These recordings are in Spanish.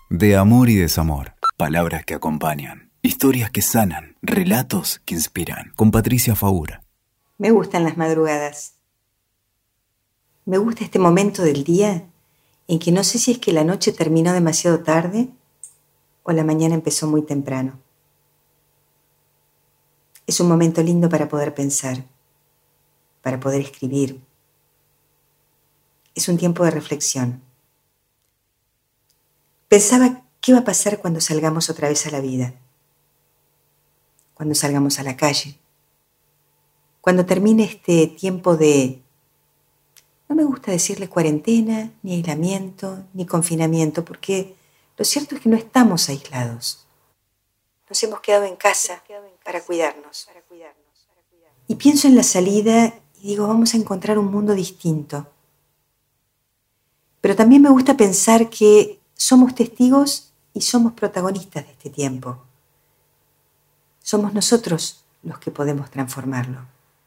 De amor y desamor, palabras que acompañan, historias que sanan, relatos que inspiran. Con Patricia Faura. Me gustan las madrugadas. Me gusta este momento del día en que no sé si es que la noche terminó demasiado tarde o la mañana empezó muy temprano. Es un momento lindo para poder pensar, para poder escribir. Es un tiempo de reflexión. Pensaba qué va a pasar cuando salgamos otra vez a la vida, cuando salgamos a la calle, cuando termine este tiempo de, no me gusta decirle cuarentena, ni aislamiento, ni confinamiento, porque lo cierto es que no estamos aislados. Nos hemos quedado en casa para cuidarnos. Y pienso en la salida y digo, vamos a encontrar un mundo distinto. Pero también me gusta pensar que somos testigos y somos protagonistas de este tiempo. Somos nosotros los que podemos transformarlo.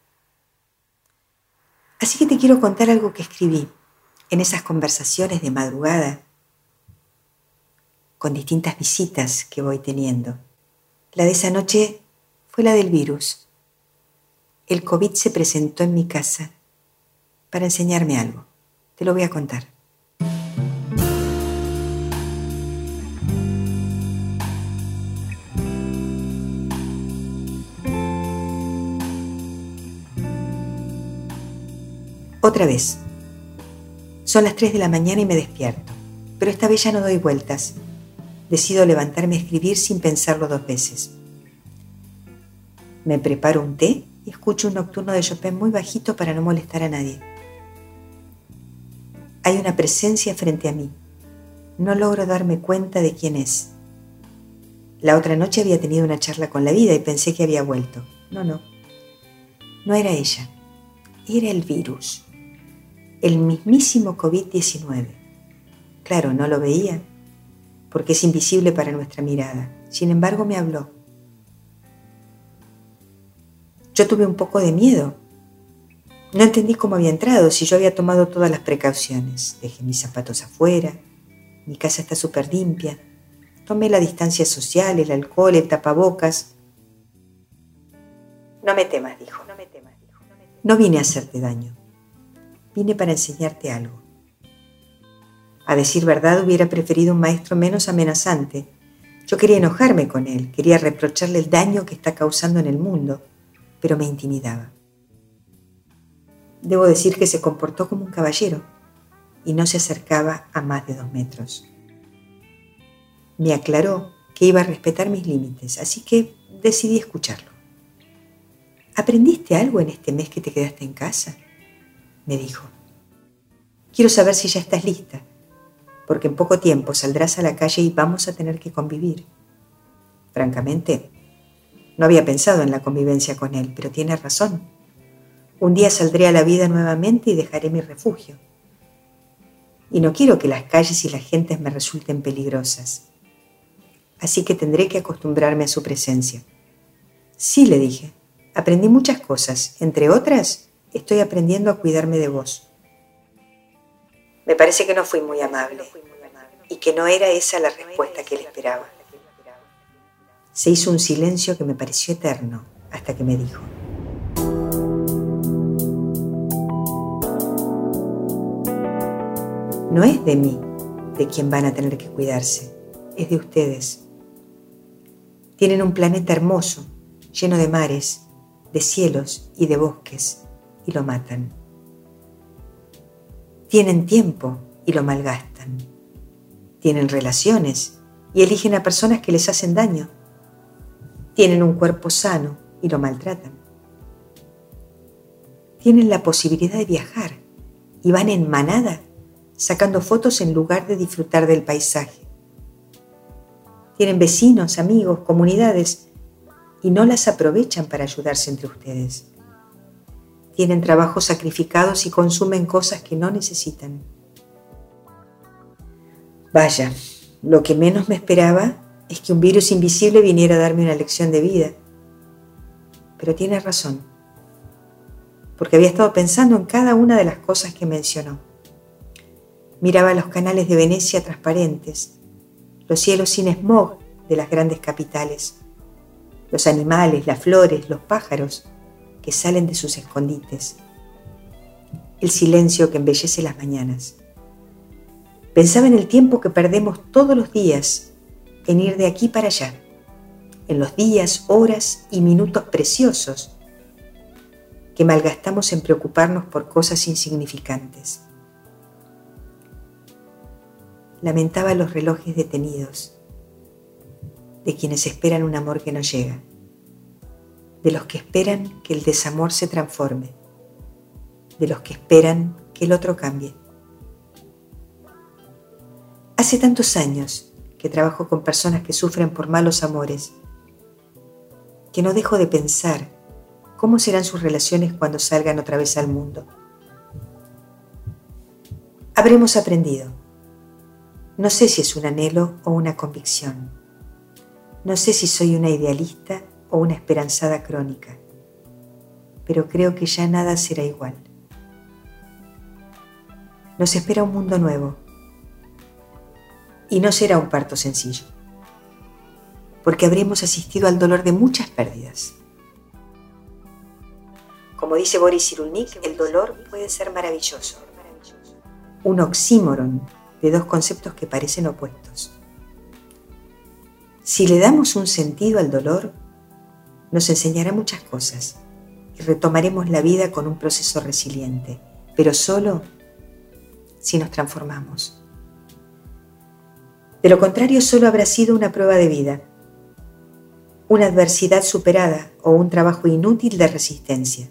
Así que te quiero contar algo que escribí en esas conversaciones de madrugada con distintas visitas que voy teniendo. La de esa noche fue la del virus. El COVID se presentó en mi casa para enseñarme algo. Te lo voy a contar. Otra vez. Son las 3 de la mañana y me despierto, pero esta vez ya no doy vueltas. Decido levantarme a escribir sin pensarlo 2 veces. Me preparo un té y escucho un nocturno de Chopin muy bajito para no molestar a nadie. Hay una presencia frente a mí. No logro darme cuenta de quién es. La otra noche había tenido una charla con la vida y pensé que había vuelto. No. No era ella. Era el virus. El mismísimo COVID-19. Claro, no lo veía, porque es invisible para nuestra mirada. Sin embargo, me habló. Yo tuve un poco de miedo. No entendí cómo había entrado, si yo había tomado todas las precauciones. Dejé mis zapatos afuera, mi casa está súper limpia. Tomé la distancia social, el alcohol, el tapabocas. No me temas, dijo. No vine a hacerte daño. Vine para enseñarte algo. A decir verdad, hubiera preferido un maestro menos amenazante. Yo quería enojarme con él, quería reprocharle el daño que está causando en el mundo, pero me intimidaba. Debo decir que se comportó como un caballero y no se acercaba a más de 2 metros. Me aclaró que iba a respetar mis límites, así que decidí escucharlo. ¿Aprendiste algo en este mes que te quedaste en casa?, me dijo. Quiero saber si ya estás lista, porque en poco tiempo saldrás a la calle y vamos a tener que convivir. Francamente, no había pensado en la convivencia con él, pero tiene razón. Un día saldré a la vida nuevamente y dejaré mi refugio. Y no quiero que las calles y las gentes me resulten peligrosas. Así que tendré que acostumbrarme a su presencia. Sí, le dije, aprendí muchas cosas, entre otras, estoy aprendiendo a cuidarme de vos. Me parece que no fui muy amable y que no era esa la respuesta que él esperaba. Se hizo un silencio que me pareció eterno hasta que me dijo: no es de mí de quien van a tener que cuidarse, es de ustedes. Tienen un planeta hermoso, lleno de mares, de cielos y de bosques, y lo matan. Tienen tiempo y lo malgastan. Tienen relaciones y eligen a personas que les hacen daño. Tienen un cuerpo sano y lo maltratan. Tienen la posibilidad de viajar y van en manada sacando fotos en lugar de disfrutar del paisaje. Tienen vecinos, amigos, comunidades y no las aprovechan para ayudarse entre ustedes. Tienen trabajos sacrificados y consumen cosas que no necesitan. Vaya, lo que menos me esperaba es que un virus invisible viniera a darme una lección de vida. Pero tiene razón, porque había estado pensando en cada una de las cosas que mencionó. Miraba los canales de Venecia transparentes, los cielos sin smog de las grandes capitales, los animales, las flores, los pájaros que salen de sus escondites, el silencio que embellece las mañanas. Pensaba en el tiempo que perdemos todos los días en ir de aquí para allá, en los días, horas y minutos preciosos que malgastamos en preocuparnos por cosas insignificantes. Lamentaba los relojes detenidos, de quienes esperan un amor que no llega, de los que esperan que el desamor se transforme, de los que esperan que el otro cambie. Hace tantos años que trabajo con personas que sufren por malos amores, que no dejo de pensar cómo serán sus relaciones cuando salgan otra vez al mundo. Habremos aprendido. No sé si es un anhelo o una convicción. No sé si soy una idealista o una esperanzada crónica, pero creo que ya nada será igual. Nos espera un mundo nuevo y no será un parto sencillo, porque habremos asistido al dolor de muchas pérdidas. Como dice Boris Cyrulnik, el dolor puede ser maravilloso, un oxímoron de dos conceptos que parecen opuestos. Si le damos un sentido al dolor, nos enseñará muchas cosas y retomaremos la vida con un proceso resiliente, pero solo si nos transformamos. De lo contrario, solo habrá sido una prueba de vida, una adversidad superada o un trabajo inútil de resistencia.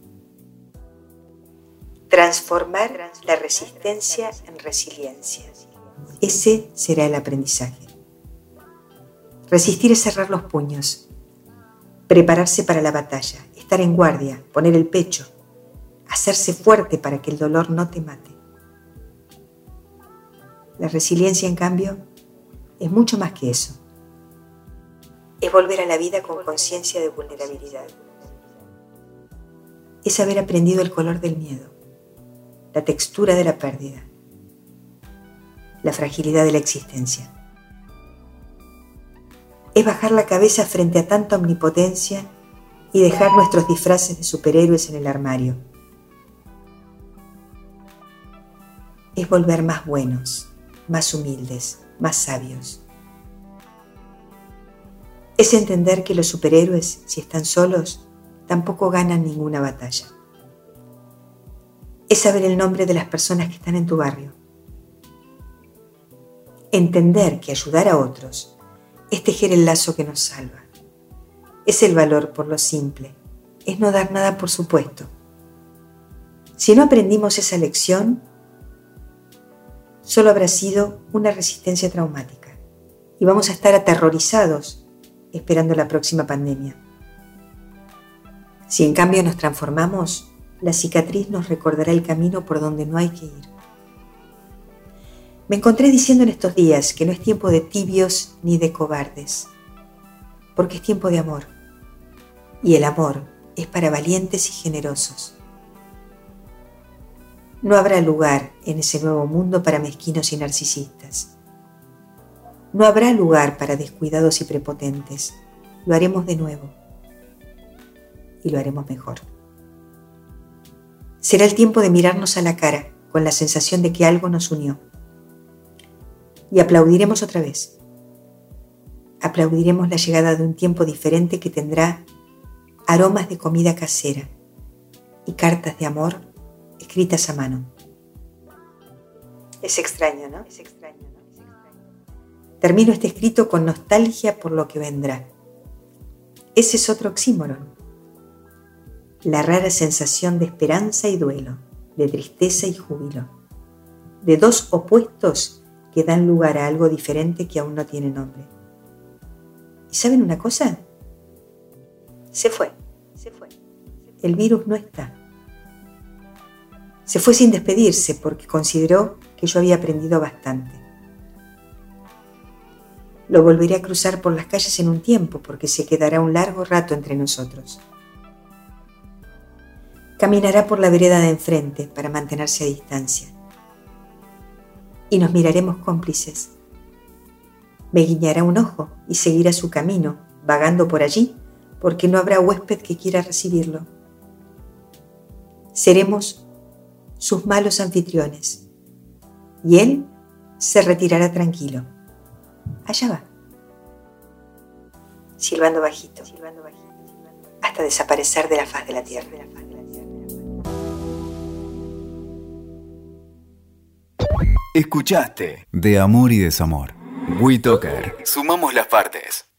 Transformar la resistencia en resiliencia. Ese será el aprendizaje. Resistir es cerrar los puños, prepararse para la batalla, estar en guardia, poner el pecho, hacerse fuerte para que el dolor no te mate. La resiliencia, en cambio, es mucho más que eso. Es volver a la vida con conciencia de vulnerabilidad. Es haber aprendido el color del miedo, la textura de la pérdida, la fragilidad de la existencia. Es bajar la cabeza frente a tanta omnipotencia y dejar nuestros disfraces de superhéroes en el armario. Es volver más buenos, más humildes, más sabios. Es entender que los superhéroes, si están solos, tampoco ganan ninguna batalla. Es saber el nombre de las personas que están en tu barrio. Entender que ayudar a otros es tejer el lazo que nos salva. Es el valor por lo simple. Es no dar nada por supuesto. Si no aprendimos esa lección, solo habrá sido una resistencia traumática y vamos a estar aterrorizados esperando la próxima pandemia. Si en cambio nos transformamos, la cicatriz nos recordará el camino por donde no hay que ir. Me encontré diciendo en estos días que no es tiempo de tibios ni de cobardes, porque es tiempo de amor, y el amor es para valientes y generosos. No habrá lugar en ese nuevo mundo para mezquinos y narcisistas. No habrá lugar para descuidados y prepotentes. Lo haremos de nuevo, y lo haremos mejor. Será el tiempo de mirarnos a la cara con la sensación de que algo nos unió. Y aplaudiremos otra vez. Aplaudiremos la llegada de un tiempo diferente que tendrá aromas de comida casera y cartas de amor escritas a mano. Es extraño, ¿no? Termino este escrito con nostalgia por lo que vendrá. Ese es otro oxímoron. La rara sensación de esperanza y duelo, de tristeza y júbilo, de dos opuestos que dan lugar a algo diferente que aún no tiene nombre. ¿Y saben una cosa? Se fue. El virus no está. Se fue sin despedirse porque consideró que yo había aprendido bastante. Lo volveré a cruzar por las calles en un tiempo porque se quedará un largo rato entre nosotros. Caminará por la vereda de enfrente para mantenerse a distancia. Y nos miraremos cómplices. Me guiñará un ojo y seguirá su camino, vagando por allí, porque no habrá huésped que quiera recibirlo. Seremos sus malos anfitriones, y él se retirará tranquilo. Allá va, silbando bajito, hasta desaparecer de la faz de la tierra. Escuchaste De Amor y Desamor. WeToker. Sumamos las partes.